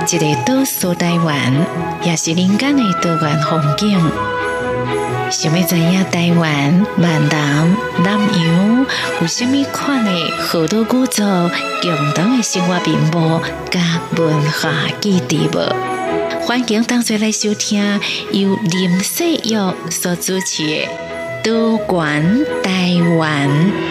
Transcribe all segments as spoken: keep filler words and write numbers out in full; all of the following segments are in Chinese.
一个岛屿台湾，也是人间的多元风景。想要知影台湾闽南南洋有什么款的好多古早共同的生活面貌甲文化记忆无？欢迎同齐来收听由林世玉所主持的《多元台湾》。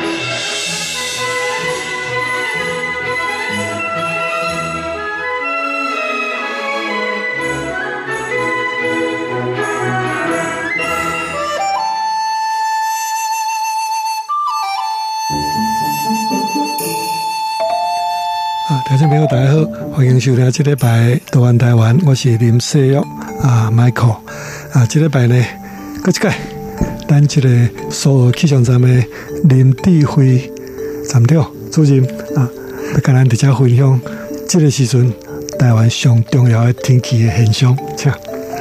听众朋友大家好，欢迎收听这礼拜《多元台湾》，我是林世玉啊 Michael 啊，这礼拜呢，搁一届，咱这个苏澳气象站的林智慧站长主任啊，要跟咱直接分享这个时阵台湾上重要的天气的现象，请。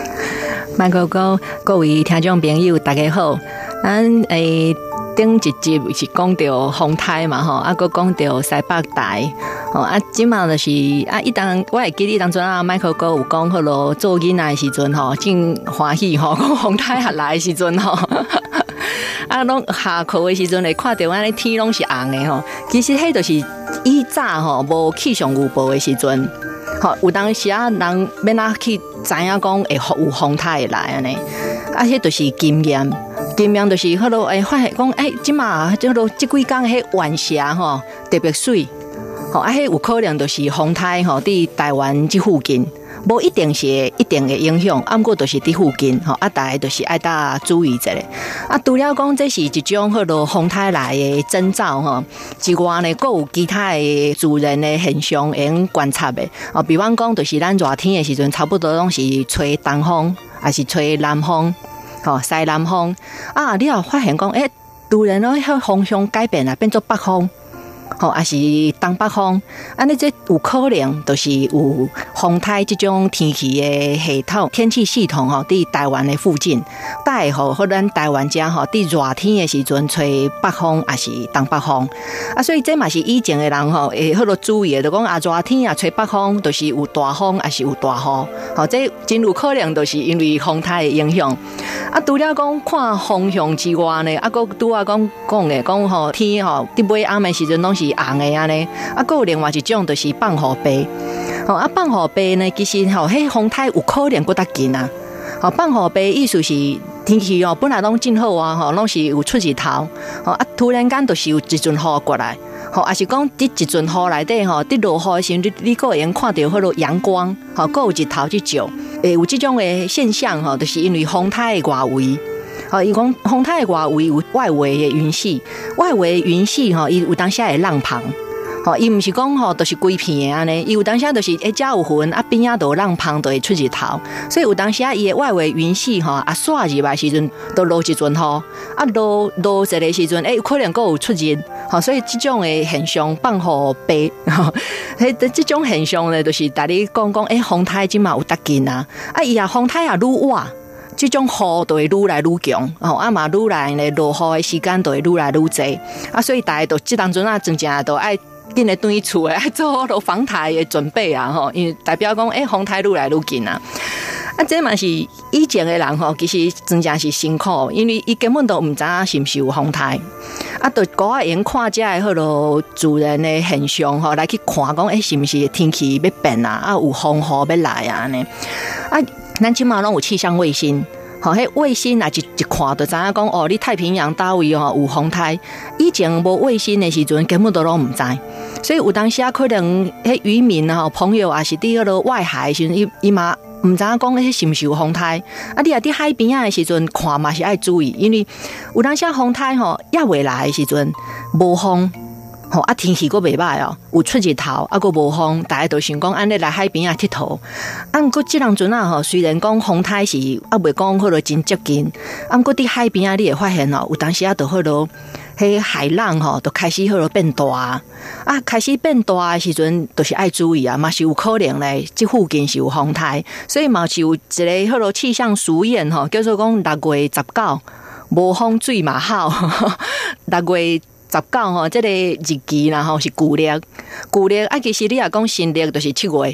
Michael 哥，各位听众朋友，大家好，咱诶。顶一集是讲到风台嘛吼，啊，佮讲到西北台，吼啊，即嘛就是啊，一当我会记得当阵啊 ，Michael 哥有讲好咯，做囡仔的时阵吼，真欢喜吼，讲风台下来的时阵吼，啊，拢下课的时阵会看到安尼天拢是红的吼，其实迄就是以早吼无气象预报的时阵，吼有当时啊人免啊去知影讲会有风台会来安尼，啊，迄就是经验。经验就是好咯，诶，发现讲，诶，即马即落即几工迄晚霞吼特别水，吼啊，迄有可能就是风台吼伫台湾即附近，无一定是一定的影响，啊，毋过就是伫附近吼，啊，大家就是爱搭注意一下。啊，除了讲这是一种好咯风台来的征兆吼，之外呢，佫有其他的自然的现象会用观察的。哦，比方讲，就是咱热天的时阵，差不多拢是吹东风，还是吹南风。吼，西南风啊，你有发现讲，诶、欸，突然咯，迄风向改变啊，变做北风，吼，还是东北风，安尼这有可能就是有风台这种天气的系统、天气系统吼，伫台湾的附近，带互或咱台湾遮吼，伫热天的时阵吹北风，还是东北风啊，所以这嘛是以前的人吼，会好多注意的，就讲啊，热天啊吹北风，就是有大风，还是有大雨，吼，这真有可能就是因为风台的影响。啊，除了讲看风向之外呢，啊，佮拄啊讲讲的讲吼天吼，伫尾暗的时阵拢是红的安尼，啊，佮有另外一种就是放雨白，吼啊，放雨白呢，其实吼，迄风台有可能佮较近啊，吼，放雨白意思是天气哦，本来拢真好啊，吼，拢是有出日头，吼啊，突然间就是有一阵雨过来。吼，也是讲伫一阵雨内底吼，伫落雨的时候，你你个会用看到迄落阳光，吼，个有日头去照，诶，有这种的现象吼，就是因为风台的外围，吼，伊讲风台的外围有外围的云系，外围的云系吼，伊有当时会浪旁。吼，伊毋是讲吼，都是规片的安尼，伊有当时都是诶，遮有云啊，边仔都有浪旁，都会出日头，所以有当时啊，伊的外围云系吼啊，煞入来时阵，都落一阵雨，啊落落一个时阵，诶，有可能佫有出日，吼，所以这种的现象放雨白，吼，迄这种现象呢，就是大家讲讲，诶，风台即嘛有达近啊，啊，伊啊风台啊愈晚。这种雨就会愈来愈强，吼啊嘛愈来呢落雨的时间就会愈来愈济，啊，所以大家都这当阵啊，真正都爱紧来转去厝诶，爱做好多防台的准备啊，吼，因为代表讲，诶、欸，风台愈来愈近啊。啊，这嘛是以前的人吼，其实真正是辛苦，因为伊根本都唔知影是毋是有风台，啊，就高啊用看这好多自然的现象吼，来去看讲，诶、欸，是毋是天气要变啊，啊，有风雨要来啊呢？啊，咱即马拢有气象卫星。吼，迄卫星啊，一一看就知影讲哦，你太平洋倒位哦有风台。以前无卫星的时阵，根本都拢唔知，所以有当时啊，可能迄渔民啊、朋友啊是伫迄落外海的时阵，伊伊嘛唔知影讲迄是毋是有风台。啊，你啊伫海边啊的时阵看嘛是爱注意，因为有当时啊风台吼也未来的时阵无风。吼啊，天气阁袂歹哦，有出日头，啊阁无风，大家都想讲安尼来海边啊佚佗。啊，毋过即当阵啊吼，虽然讲风台是啊袂讲好落真接近，啊毋过伫海边啊，你会发现哦，有当时啊就好落，迄海浪吼就开始好落变大，啊开始变大的时阵，就是爱注意啊，嘛是有可能咧，即附近是有风台，所以嘛是有一个好落气象俗谚吼，叫做讲六月十九无风水嘛好，六月。十九吼，这个日期啦吼是旧历，旧历啊，其实你也讲新历就是七月，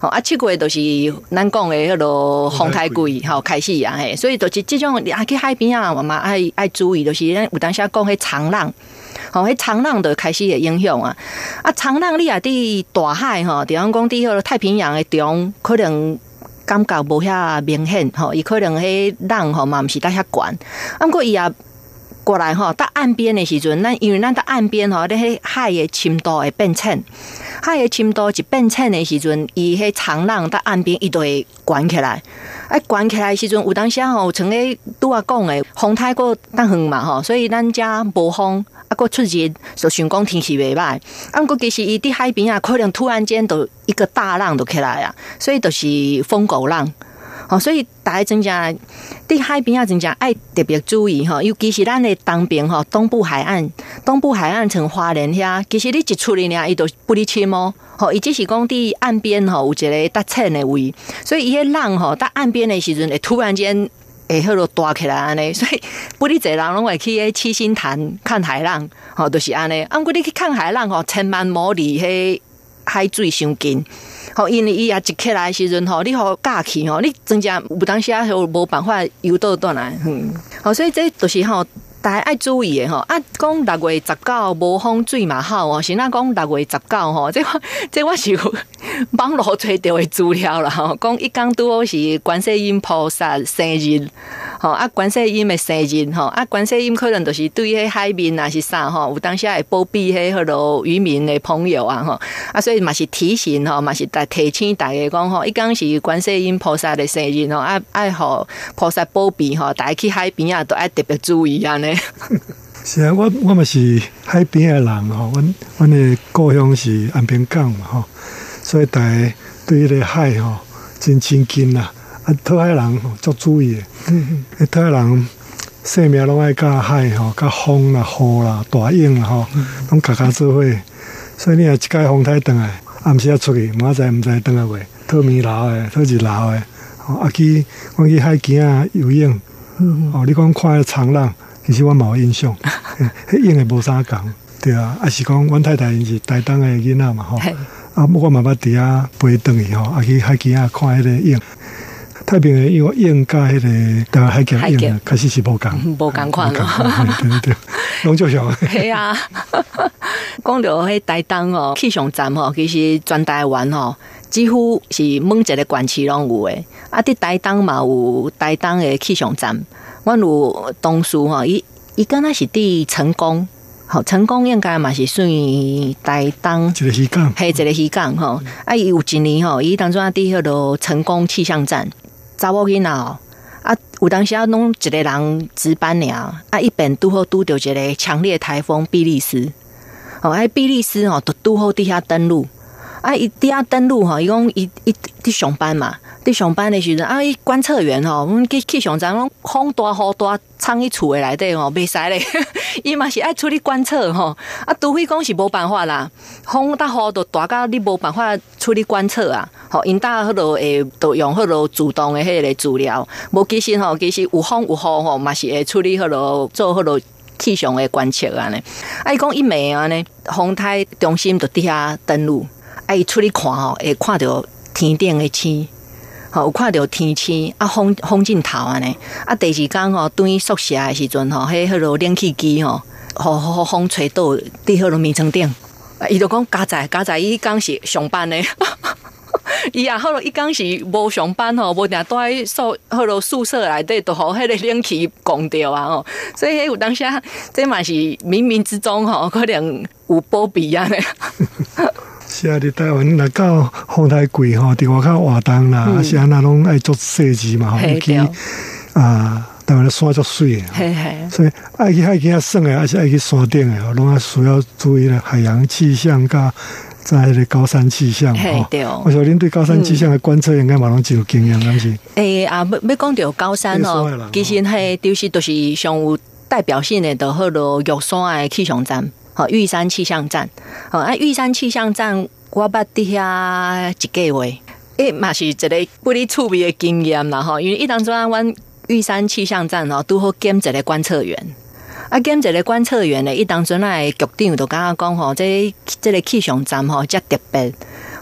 吼啊，七月就是咱讲的迄落风台季吼开始啊，嘿，所以就是这种啊去海边啊，我嘛爱爱注意，就是咱有当时讲迄长浪，吼，迄长浪就开始会影响啊。啊，长浪你啊伫大海吼，比方讲伫迄落太平洋的中，可能感觉无遐明显吼，伊可能迄浪吼嘛毋是得遐悬，啊，不过伊也过来吼，到岸边的时阵，咱因为咱到岸边吼，咧迄海的深度会变浅，海的深度一变浅的时阵，伊迄长浪到岸边伊就会悬起来。啊，悬起来的时阵，有当时吼，像咧拄啊讲的风台个当远嘛吼，所以咱遮无风，啊，个出日就想讲天气袂歹。啊，不过其实伊伫海边啊，可能突然间就一个大浪就起来啊，所以就是风狗浪。哦，所以大家真正伫海边啊，真正爱特别注意吼，尤其是咱的东边吼，东部海岸，东部海岸像花莲遐，其实你一出去呢，伊就不离深哦。吼，伊只是讲伫岸边吼有一个搭浅的位，所以伊个浪吼到岸边的时阵，会突然间会迄落大起来安尼，所以不哩侪人拢会去迄七星潭看海浪，吼，就是安尼。啊，不过你去看海浪吼，千万莫离迄海水伤近。吼，因为伊也一起来的时阵吼，你互架起吼，你真正有当时啊，无办法游倒倒来，嗯，好，所以这就是吼，大家爱注意的吼。啊，讲六月十九无风水嘛好哦，是那讲六月十九吼，这我这我是网络找到的资料啦吼，讲一讲拄好是观世音菩萨生日，吼啊，观世音的生日吼，啊，观世音可能就是对迄海面啊是啥吼，有当时会保庇迄迄落渔民的朋友啊吼，啊，所以嘛是提醒吼，嘛是来提醒大家讲吼，一讲是观世音菩萨的生日吼，爱爱互菩萨保庇吼，大家去海边啊都爱特别注意安尼。 是啊，我我嘛是海边的人吼，阮阮的故乡是安平港嘛吼，所以大家对迄个海吼真亲近啦。啊，讨海人足注意的，嗯嗯，讨海人生命拢爱甲海吼、甲风啦、雨啦、大影啦吼，拢夹夹做伙。所以你若一届风台转来，暗时啊出去，明仔载毋知转来袂，讨暝流的、讨日流的，吼啊去，我去海边啊游泳，哦，你讲看长浪。其實我冇印象，迄影嘅無啥講，對啊，啊是講阮太太是台東嘅囡仔嘛吼，啊我嘛捌佇遐陪轉去吼，啊去海邊啊看迄個影，太平嘅影影甲迄個台灣海峽影，確實是無共， 無共款咯， 對對對，攏足像。 係啊，講到迄台東哦，氣象站吼，其實全台灣吼，幾乎是每一個縣市攏有誒，啊佇台東嘛有台東嘅氣象站。阮有同事吼，伊伊敢若是佇成功，吼成功應該嘛是算台東一個漁港， 係一個漁港吼。啊，伊有一年吼，伊當初啊佇迄落成功氣象站，查某囡仔吼，啊有當時啊攏一個人值班爾，啊一邊拄好拄着一個強烈颱風比利斯，吼啊比利斯吼，就拄好佇遐登陸，啊伊佇遐登陸吼，伊講伊伊佇上班嘛。伫上班的時陣，啊，伊觀測員吼，阮去氣象站，攏風大雨大，藏喺厝的內底吼，袂使咧。伊嘛是愛出去觀測吼，啊，除非講是無辦法啦，風大雨就大到你無辦法出去觀測啊。吼，因搭迄落會都用迄落自動的迄個資料，無其實吼，其實有風有雨吼，嘛是會出去迄落做迄落氣象的觀測安尼。啊，伊講一暝安尼，風台中心就佇遐登陸，啊，伊出去看吼，會看到天頂的星。有看到天星啊，風風鏡頭安尼啊，第二天吼，轉宿舍的時陣吼，迄迄落冷氣機吼，好好風吹倒佇迄落眠床頂，啊，伊就講加在加在伊講是上班的，伊啊，迄落伊講是無上班吼，無定住喺宿迄落宿舍內底，就互迄個冷氣講掉啊吼，所以迄有當時啊，這嘛是冥冥之中吼，可能有保庇啊呢。 是啊，伫台灣若到風台季吼，伫外口活動啦，啊是安那攏愛做設計嘛吼，尤其啊，台灣的山足水誒，所以愛去海邊啊耍誒，還是愛去山頂誒吼，攏啊需要注意咧海洋氣象甲在迄個高山氣象吼。我想恁對高山氣象的觀測應該嘛攏真有經驗，敢是？誒啊，要要講到高山吼，其實係就是就是上有代表性的，就迄落玉山的氣象站。好，玉山氣象站，好啊！玉山氣象站，我捌佇遐一個月，誒，嘛是一個不哩趣味的經驗啦吼。因為一當陣，阮玉山氣象站吼，拄好兼一個觀測員，啊，兼一個觀測員咧，一當陣啊，局長就甲我講吼，這這個氣象站吼，遮特別，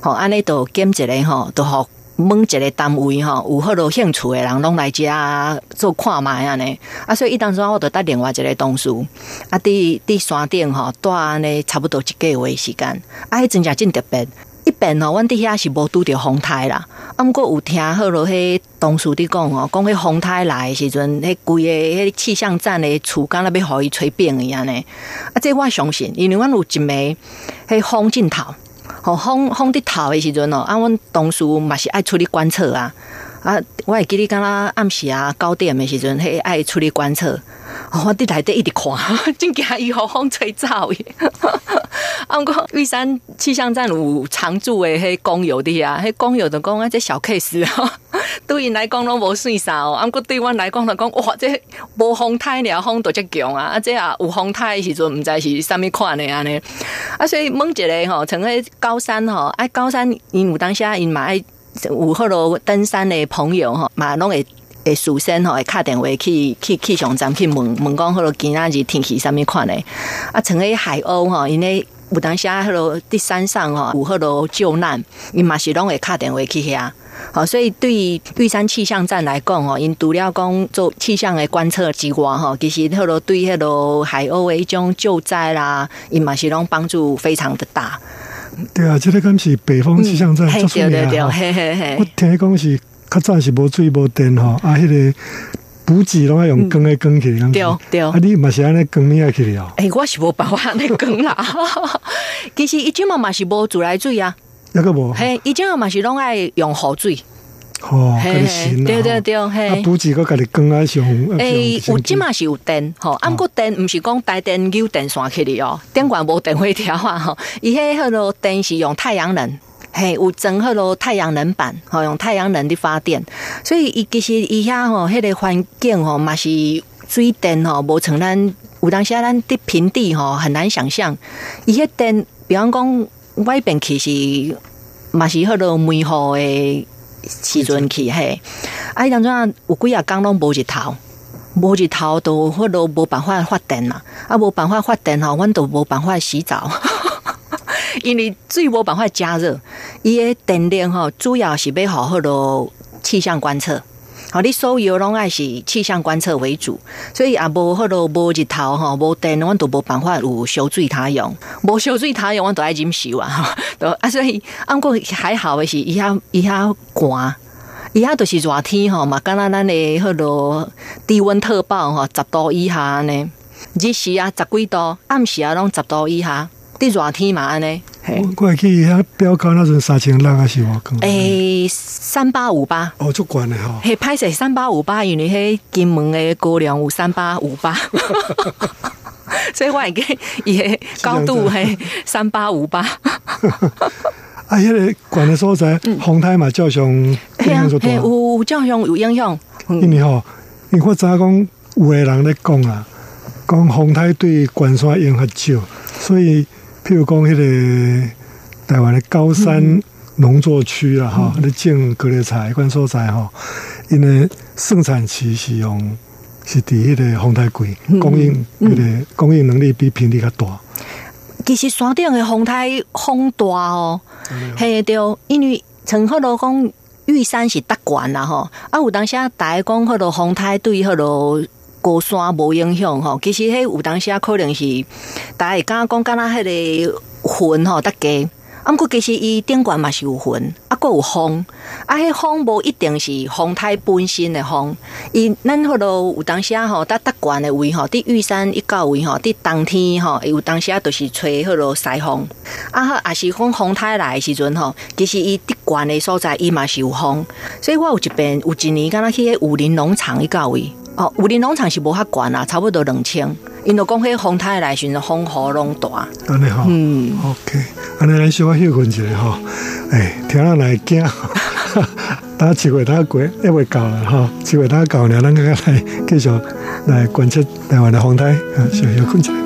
吼，安尼就建一个吼，就互问一个单位吼，有好多兴趣的人拢来遮做看卖安尼。啊，所以伊当时我就搭另外一个同事，啊，伫伫山顶吼住安尼差不多一个月的时间，啊，迄真正真特别。一边吼，阮伫遐是无拄着风台啦，啊，毋过有听好落迄同事伫讲吼，讲迄风台来的时阵，迄规个迄气象站的厝敢若要互伊吹扁伊安尼。啊，这我相信，因为阮有一暝迄风镜头，吼风风伫头的时阵哦，啊，阮同事嘛是爱出去观测啊，啊，我会记得敢若暗时啊九点的时阵，迄爱出去观测。我伫内底一直看，真惊伊互风吹走伊。啊，毋过玉山气象站有常驻的迄工友伫啊，迄工友就讲啊，这小 case 哦，对因来讲拢无算啥哦。啊，毋过对阮来讲就讲，哇，这无风台尔，风都遮强啊！啊，这啊有风台的时阵，毋知是啥物款的安尼。啊，所以问一个吼，像迄高山吼，啊，高山因有当下因嘛爱有好多登山的朋友吼，嘛拢会。会事先吼会打电话去去气象站去问问讲，好咯，今仔日天气啥物款的？啊，像迄海鸥吼，因咧有当时啊，好咯，伫山上吼有好多救难，因嘛是拢会打电话去遐。好，所以对于玉山气象站来讲吼，因除了讲做气象的观测之外吼，其实好咯对迄个海鸥的一种救灾啦，因嘛是拢帮助非常的大。 对啊，这个敢是北方气象站做出名啊！ 嘿嘿嘿， 我听讲是。较早是无水无电吼，啊，迄个补给拢要用光的光去， 对对。 啊，你嘛是安尼光你爱去了？ 诶，我是无办法安尼光啦。其实伊即嘛嘛是无自来水啊， 那个无。 嘿，伊即嘛是拢爱用河水。 哦，嘿嘿， 对对对，嘿。 啊，补给个家己光啊上。 诶，有即嘛是有电吼，啊，毋过电毋是讲台电扭电线起哩哦，电管无电话条啊吼，伊迄迄落电是用太阳能。嘿，有装好咯太阳能板，吼用太阳能的发电，所以伊其实伊遐吼，迄个环境吼嘛是水电吼，无像咱有当时咱伫平地吼很难想象，伊迄电，比方讲外边去是嘛是好咯煤户的时阵去嘿，啊，伊当阵有几啊工拢无日头。无日头都好咯无办法发电嘛，啊无办法发电吼，阮都无办法洗澡。因为水无办法加热，伊个电力吼主要是要好好的气象观测，好，你所有拢爱是气象观测为主，所以也无好多无日头吼，无电，阮都无办法有烧水塔用，无烧水塔用，阮都爱忍受啊，啊，所以啊，不过还好的是伊遐伊遐寒。伊遐就是热天吼嘛，敢若咱的迄落低温特报吼，十度以下呢，日时啊十几度，暗时啊拢十度以下。伫热天嘛安尼， 我我会去遐标高那阵三千六还是偌高？ 诶，三八五八。 哦，足悬的吼。 嘿，歹势三八五八，因为迄金门的高粱有三八五八，所以我会记伊的高度嘿三八五八。 啊，迄个悬的所在，风台嘛照常影响最大。 有照常有影响。 因为吼，因为我知影讲有个人咧讲啊，讲风台对悬山影较少，所以。譬如讲，迄个台湾的高山农作区啦，哈、嗯，咧种各类菜，款所在吼，因为生产期是用是伫迄个风台贵，供应迄个供应能力比平地较大。 其实山顶的风台风大哦，嘿、嗯、对，因为像好多讲玉山是搭悬啦吼，啊有当时大家讲好多风台对好多。高山无影响吼，其实迄有当时可能是大家会敢讲，敢若迄个云吼，搭加。啊，毋过其实伊顶悬嘛是有云，啊，佫有风，啊，迄风无一定是风台本身的风，伊咱迄落有当时啊吼，搭搭悬的位吼，伫玉山一到位吼，伫冬天吼，有当时啊都是吹迄落西风，啊，也是讲风台来的时阵吼，其实伊伫悬的所在伊嘛是有风，所以我有一遍有一年敢若去迄武林农场一到位。哦，武林农场是无遐悬啦，差不多两千。因就讲迄风台来时阵风雨拢大。 安尼吼，嗯 ，OK， 安尼咱小可休困一下吼。哎，听人来惊，等七月等过，还未到啦吼，七月等到了，咱个来继续来观测台湾的风台，啊，小休困一下。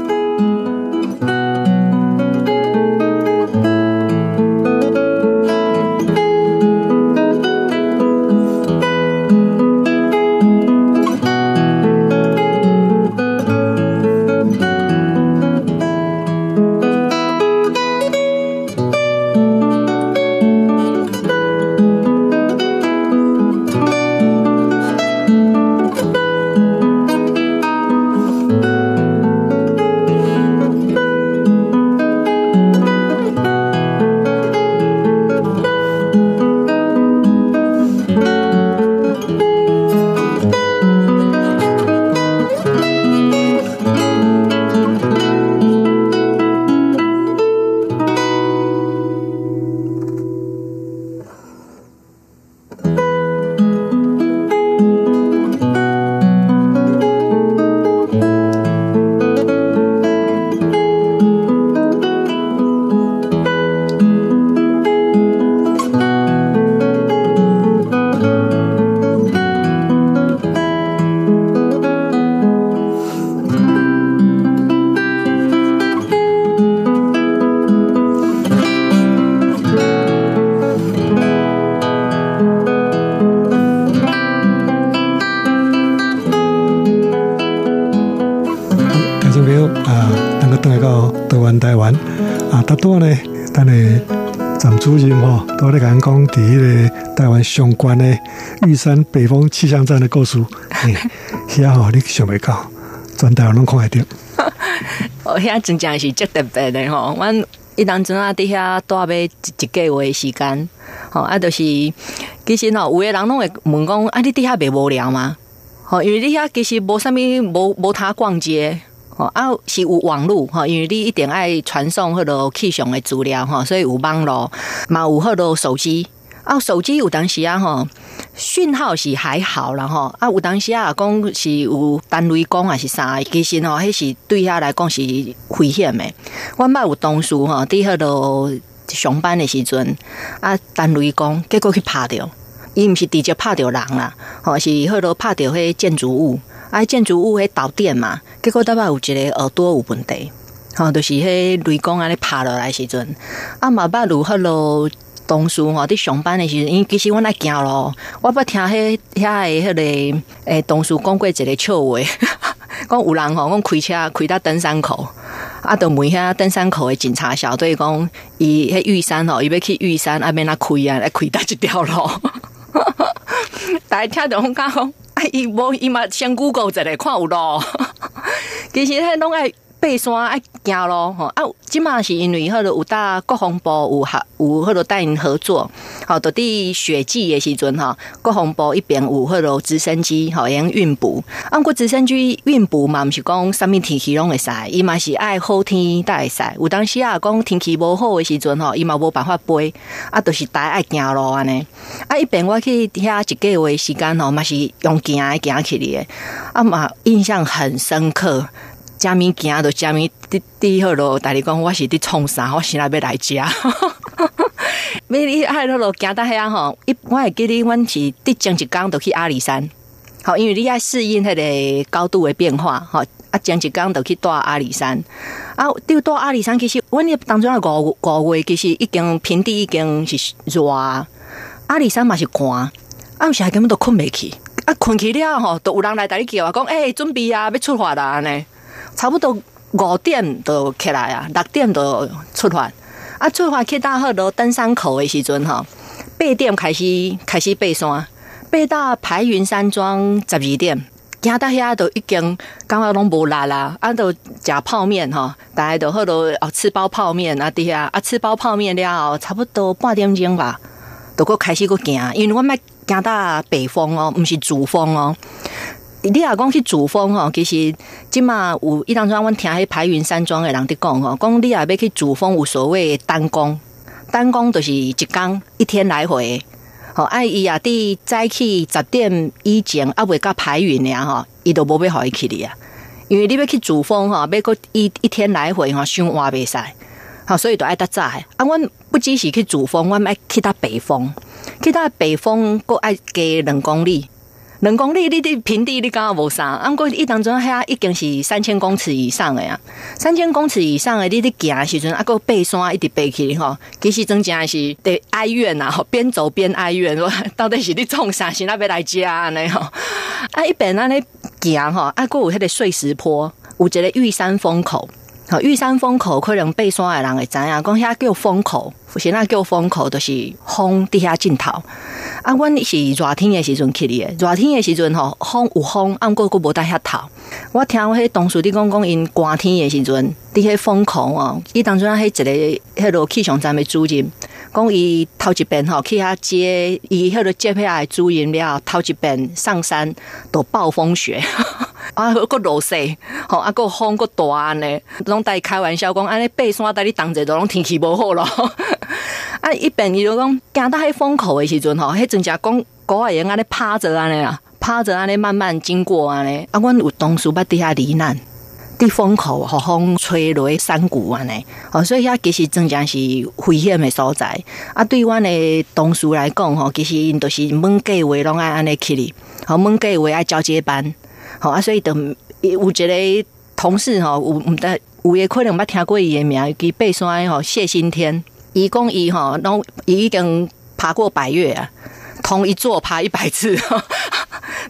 湾啊，大多呢，咱的站主任吼，都在讲讲伫迄个台湾相关的玉山北峰气象站的故事，嘿，遐吼你想袂到，全台湾拢看会到。 哦，遐真正是足特别的吼，阮伊当阵啊，伫遐住要一一个月的时间，吼啊，就是其实吼，有的人拢会问讲，啊，你伫遐袂无聊吗？吼，因为你遐其实无啥物，无无通逛街。哦啊，是有网络哈，因为你一定爱传送迄落气象的资料哈，所以有网络，嘛有迄落手机啊，手机有当时啊吼，讯号是还好啦吼，啊有当时啊讲是有单雷公还是啥，其实吼迄是对遐来讲是危险的。阮捌有同事吼，伫迄落上班的时阵啊，单雷公结果去拍着，伊毋是直接拍着人啦，吼是迄落拍着迄建筑物。啊，建筑物迄导电嘛，结果大概有一个耳朵有问题，吼，就是迄雷公安尼拍落来时阵，啊嘛捌有迄落同事吼，伫上班的时阵，因其实阮爱行咯，我捌听迄遐的迄个诶同事讲过一个笑话，讲有人吼，讲开车开到登山口，啊，就问遐登山口的警察小队讲，伊迄玉山吼，伊要去玉山，啊，免哪开啊，来开到一条路，大家听到讲讲。啊，伊无伊嘛先 Google 一下看有咯，其实迄拢爱爬山爱行咯吼。啊，即马是因为迄落有搭国防部有合有迄落带因合作，吼，到伫雪季的时阵吼，国防部一边有迄落直升机吼，用运补。啊，过直升机运补嘛，毋是讲啥物天气拢会使，伊嘛是爱好天才会使。有当时啊，讲天气无好的时阵吼，伊嘛无办法飞，啊，就是大家爱行路安尼。啊，一边我去遐一个月时间吼，嘛是用行的行起嚟的，啊嘛印象很深刻。食物件就食物，伫伫迄落，大家讲我是伫创啥，我现在要来食。你你喺迄落行到遐吼，一我会记得，阮是伫前一天就去阿里山，好，因为你要适应迄个高度的变化，吼，啊前一天就去住阿里山，啊，伫住阿里山，其实阮迄当中的五五月，其实已经平地已经是热，阿里山嘛是寒，啊，有时根本都困袂去，啊，困去了吼，都有人来带你叫啊，讲诶、欸，准备啊，要出发啦安尼。差不多五点就起来啊，六点就出发。啊，出发去到迄落登山口的时阵吼，八点开始开始爬山，爬到排云山庄十二点，行到遐就已经感觉拢无力啦。啊，就食泡面吼，大家就迄落哦吃包泡面啊，伫遐啊吃包泡面了后，差不多半点钟吧，就搁开始搁行，因为我们行到北峰哦，毋是主峰哦。你若讲去主峰吼，其实即马有一当中，阮听迄排云山庄的人伫讲吼，讲你若要去主峰，有所谓单攻，单攻就是一天一天来回。吼，啊伊也伫早起十点以前，啊未到排云尔吼，伊都无要互伊去哩啊。因为你要去主峰吼，要搁一一天来回吼，伤活袂使。好，所以就爱得早。啊，阮不只是去主峰，阮爱去到北峰，去到北峰，搁爱加两公里。两公里，你伫平地你感觉无啥，啊，过伊当中遐已经是三千公尺以上的呀，三千公尺以上的，你伫行的时阵，啊，个爬山一直爬起吼，其实真正是得哀怨呐，吼，边走边哀怨，说到底是你创啥，是哪要来食安尼吼，啊，一边安尼行吼，啊，个有迄个碎石坡，有一个玉山风口。好，玉山风口可能爬山的人会知影，讲遐叫风口，现在叫风口，就是风伫遐尽头。啊，阮是热天的时阵去的，热天的时阵吼，风有风，啊，过过无得遐透。我听我迄同事伫讲讲，因寒天的时阵，伫迄风口哦，伊当初迄一个迄落气象站的主任，讲伊头一遍吼去遐接，伊迄落接下来主任了，头一遍上山都暴风雪。啊，个落雪，吼，啊，个风个大安尼，拢带开玩笑讲，安尼爬山带你同齐，都拢天气无好咯。啊，一边伊就讲，行到迄风口的时阵吼，迄真正讲狗仔用安尼趴着安尼啊，趴着安尼慢慢经过安尼。啊，阮有同事捌伫遐罹难，伫风口吼风吹落山谷安尼，哦，所以遐其实真正是危险的所在。啊，对阮的同事来讲吼，其实因都是每个月拢爱安尼去哩，吼，每个月爱交接班。好啊，所以就有一个同事吼，有毋得有诶可能捌听过伊诶名，伊爬山吼谢新天，伊讲伊吼，拢伊已经爬过百岳啊，同一座爬一百次，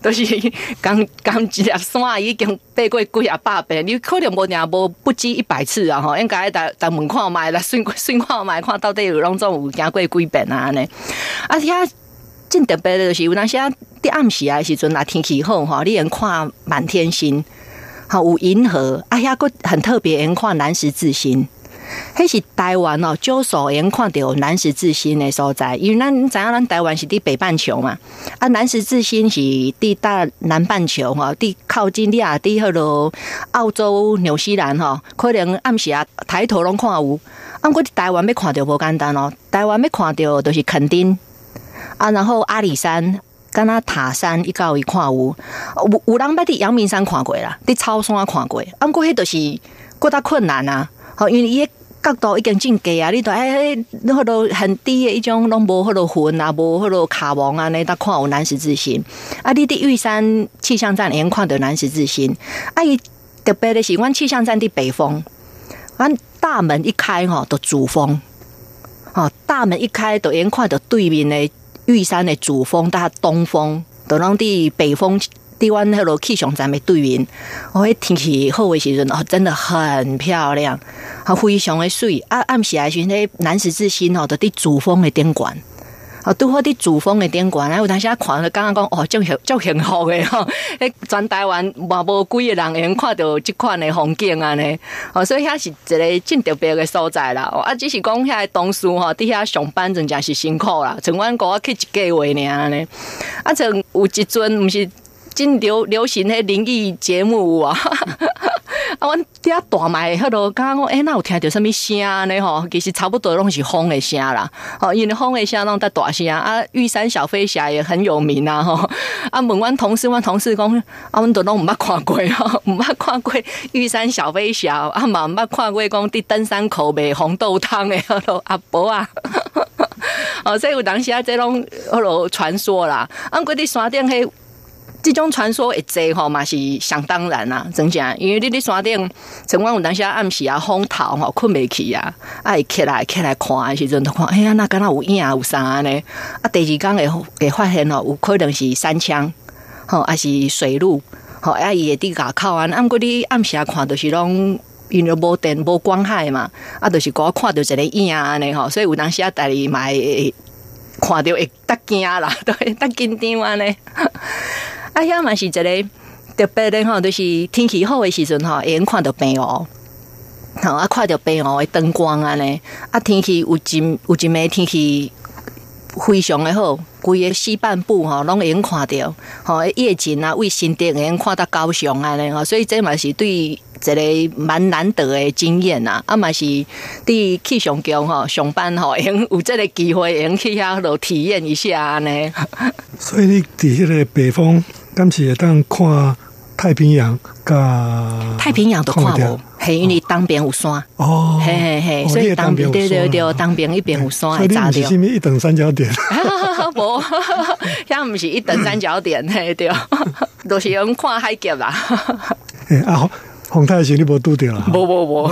都是刚刚一粒山已经爬过几啊百遍，你可能无定无不止一百次啊！吼，应该来来门看卖，来顺顺看卖，看到底有拢总有行过几遍啊？安尼，啊遐真特别的就是有当时啊，伫暗时啊时阵啊天气好吼，你能看满天星，吼有银河，啊遐个很特别，能看南十字星。迄是台湾哦，少数能看到南十字星的所在，因为咱知影咱台湾是伫北半球嘛，啊南十字星是伫大南半球吼，伫靠近你啊，伫迄落澳洲、纽西兰吼，可能暗时啊抬头拢看有，啊，过伫台湾要看到无简单哦，台湾要看到就是垦丁啊，然后阿里山。敢若塔山一到一看有，有有人捌伫阳明山看过啦，伫草山看过，啊，过迄就是搁较困难啊，吼，因为伊角度已经真低啊，你都哎，迄落很低的一种，拢无迄落云啊，无迄落卡蒙啊，你才看有南十字星。啊，你伫玉山气象站会看到南十字星。啊，伊特别的是，阮气象站伫北峰，阮大门一开吼，就主峰，吼，大门一开就会看到对面的玉山的主峰，搭东峰，就拢伫北峰。伫阮迄落气象站的对面，哦，迄天气好的时阵哦，真的很漂亮，啊，非常的水。啊，暗时的时阵，迄南十字星哦，就伫主峰的顶悬，哦，拄好伫主峰的顶悬。啊，有当时啊看了，感觉讲哦，足幸足幸福的吼，迄全台湾嘛无几个人会看到即款的风景啊呢。哦，所以遐是一个真特别的所在啦。哦，啊，只是讲遐同事吼，伫遐上班真正是辛苦啦，像阮哥我去一个月尔呢。啊，像有一阵毋是。真流流行迄灵异节目啊，啊，阮伫遐大麦迄落，刚刚讲，诶，那有听到什么声呢？吼，其实差不多拢是风的声啦。吼，因为风的声拢在大声啊。玉山小飞侠也很有名啊，吼。啊，问阮同事，阮同事讲，啊，阮都拢毋捌看过吼，毋捌看过玉山小飞侠，啊嘛毋捌看过讲伫登山口卖红豆汤的迄落阿伯啊。哦，所以有当时啊，这种迄落传说啦，啊，过伫山顶迄。这种传说会多吼嘛是想当然啦，真正，因为你伫山顶，像阮有当时暗时啊风头吼困袂去啊，啊会起来起来看的时阵，都看哎呀，那敢若有影有啥呢？啊，第二天会会发现吼，有可能是山枪，吼，还是水路，吼，啊伊会伫外口啊，啊，过你暗时啊看，就是拢因为无电无光害嘛，啊，就是我看到一个影安尼吼，所以有当时啊，家己嘛会看到会得惊啦，都会得紧张安尼。啊，遐嘛是一个特别的吼，就是天气好的时阵吼，会看到平湖，吼啊，看到平湖的灯光安尼，啊，天气有真有真个天气非常的好，规个西半部吼拢会看到，吼夜景啊，为新店会看到高雄安尼吼，所以这嘛是对一个蛮难得的经验呐，啊嘛是伫气象局吼上班吼，会有这个机会，会去遐落体验一下安尼。 所以你伫迄个北峰。敢是会当看太平洋，甲太平洋都看无，嘿，因为东边有山， 哦， 嘿嘿嘿，所以东边对对对，东边一边有山会炸掉。 所以你是什么一等三角点？ 无，遐毋是一等三角点，嘿对，都是用看海峡啦。 诶啊，风台时你无拄着啦？ 无无无。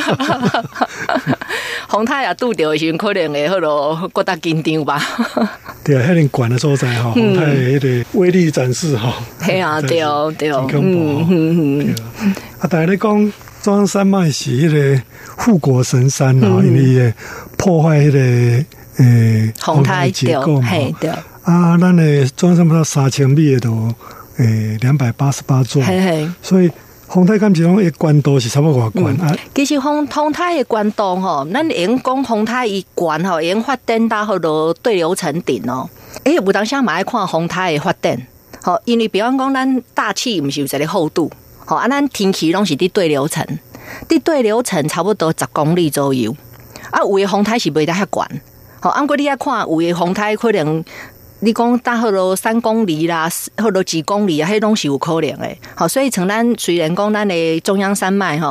风台也拄着的时阵，可能会迄落搁较紧张吧。 对啊，迄个悬的所在吼，风台迄个威力展示吼。 嘿啊，对对， 嗯嗯嗯。啊，大家咧讲中央山脉是迄个护国神山吼，因为会破坏迄个诶风台结构嘛。对。 啊，咱的中央山脉三千米的都诶两百八十八座，所以。风台敢是讲伊关度是差不多偌悬啊？ 其实风风台的关度吼，咱会用讲风台伊悬吼，会用发展到迄落对流层顶哦。诶，有当时嘛爱看风台的发展，吼，因为比方讲咱大气毋是有一个厚度，吼啊，咱天气拢是伫对流层，伫对流层差不多十公里左右，啊，有的风台是袂得遐悬，吼，按过你啊看，有的风台可能。你讲搭迄落三公里啦，或者几公里啊，迄拢是有可能的。好，所以像咱虽然讲咱的中央山脉吼，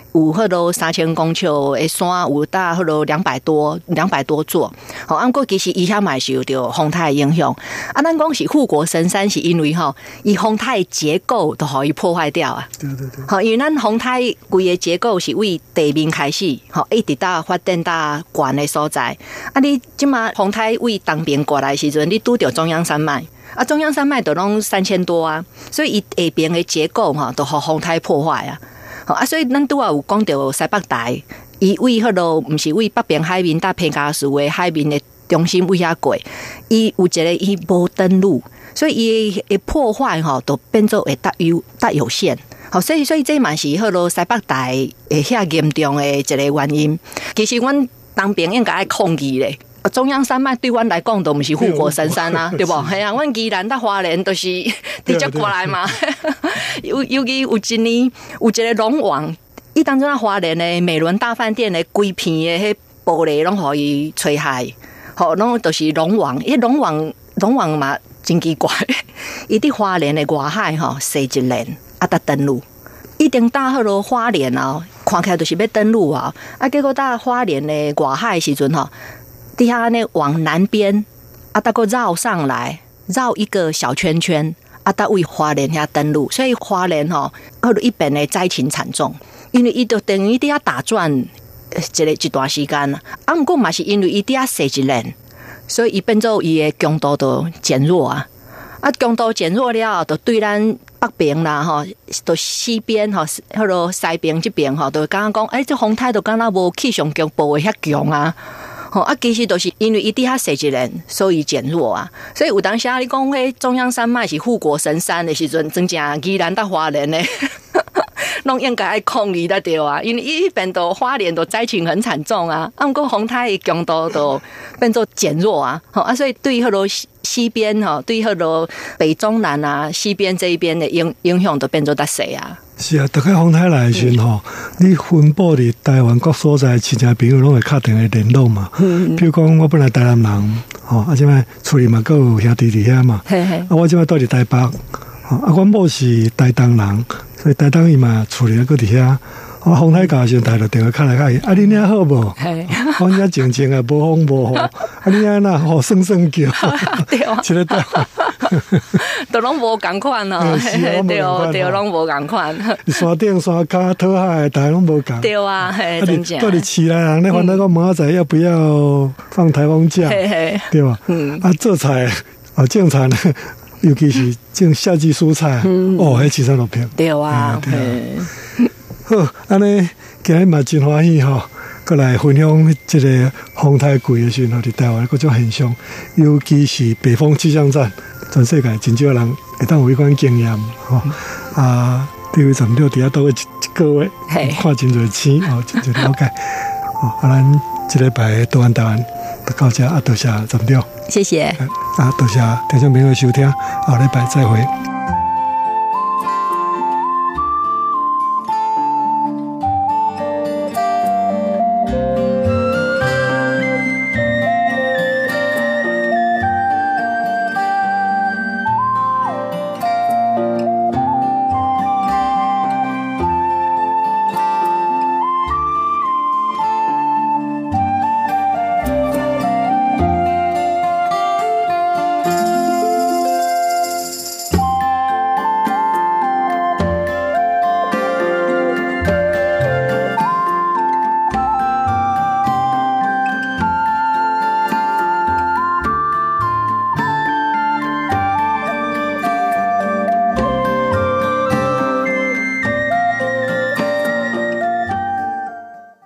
有迄落三千公尺的山，有搭迄落两百多两百多座。好，按过其实伊遐嘛受到风台影响。啊，咱讲是护国神山，是因为吼，伊风台结构都互伊破坏掉啊。 对对对。 好，因为咱风台规个结构是为地面开始，好，一直到发展到悬的所在。啊，你即马风台为东边过来的时阵，你拄着中央山脉。啊，中央山脉都拢三千多啊，所以伊下边的结构哈都互风台破坏啊。好啊，所以咱拄啊有讲到西北台，伊为迄落毋是为北边海面搭偏加树的海面的中心为遐过，伊有一个伊无登陆，所以伊的破坏哈都变做会搭有搭有限。好，所以所以这嘛是迄落西北台会遐严重的一个原因。其实阮当兵应该爱抗议咧。中央山脉对阮来讲都不是护国神山啊，对不？系啊，阮宜兰到花莲都是直接过来嘛。尤尤其有一年有一个龙王，伊当初啊花莲的美伦大饭店的规片的迄玻璃拢互伊吹害，吼，拢都是龙王。伊龙王龙王嘛真奇怪，伊伫花莲的外海吼踅一轮，啊，搭登陆，一定搭迄落花莲啊，看起来就是要登陆啊，啊，结果搭花莲的外海的时阵吼。底下呢往南边，啊，大概绕上来，绕一个小圈圈，啊，到为花莲遐登陆，所以花莲吼，嗰度一边的灾情惨重，因为伊就等于底下打转一个一段时间啦。啊，不过嘛是因为伊底下踅一轮，所以伊变做伊的强度都减弱啊。啊，强度减弱了，就对咱北边啦，吼，都西边吼，迄落西边这边吼，都刚刚讲，哎，这风台都刚刚无气象局报的遐强啊。吼啊，其实都是因为伊底下踅一轮，所以减弱啊。所以有当时你讲迄中央山脉是护国神山的时阵，真正宜兰到花莲呢，拢应该爱抗议得对啊。因为伊边都花莲都灾情很惨重啊，啊，不过风台的强度都变做减弱啊。吼啊，所以对迄落西边吼，对迄落北中南啊，西边这一边的影影响都变做较细啊。 是啊，大概风台来的时候吼，你分布伫台湾各所在亲戚朋友拢会敲电话联络嘛。嗯，比如讲，我本来台南人，吼，啊，即摆厝里嘛，阁有兄弟伫遐嘛。嘿嘿。啊，我即摆住伫台北，吼，啊，阮某是台东人，所以台东伊嘛厝里阁伫遐。我风台到的时候，台就电话敲来敲去，啊，你遐好无？嘿，我遐静静啊，无风无雨，啊，你遐那吼声声叫，对啊，一个台。 都拢无共款哦，对哦，对，拢无共款。 山顶、山脚、讨海，大家拢无共。 对啊，嘿，真正。 到底市内人咧，烦恼讲明仔载要不要放台风假，对吧？嗯。啊，做菜啊，种菜呢，尤其是种夏季蔬菜，哦，迄起上落票。 对啊，对。 好，安尼今日嘛真欢喜吼。过来分享这个风台贵的时候，伫台湾各种现象，尤其是北风气象站，全世界真少人会当有迄款经验吼。啊，地位站了底下都一一个月，看真侪星哦，真侪了解。哦，啊，咱这礼拜台湾台湾就到这，啊，多谢站长， 谢谢。 啊，多谢听众朋友收听，下礼拜再会。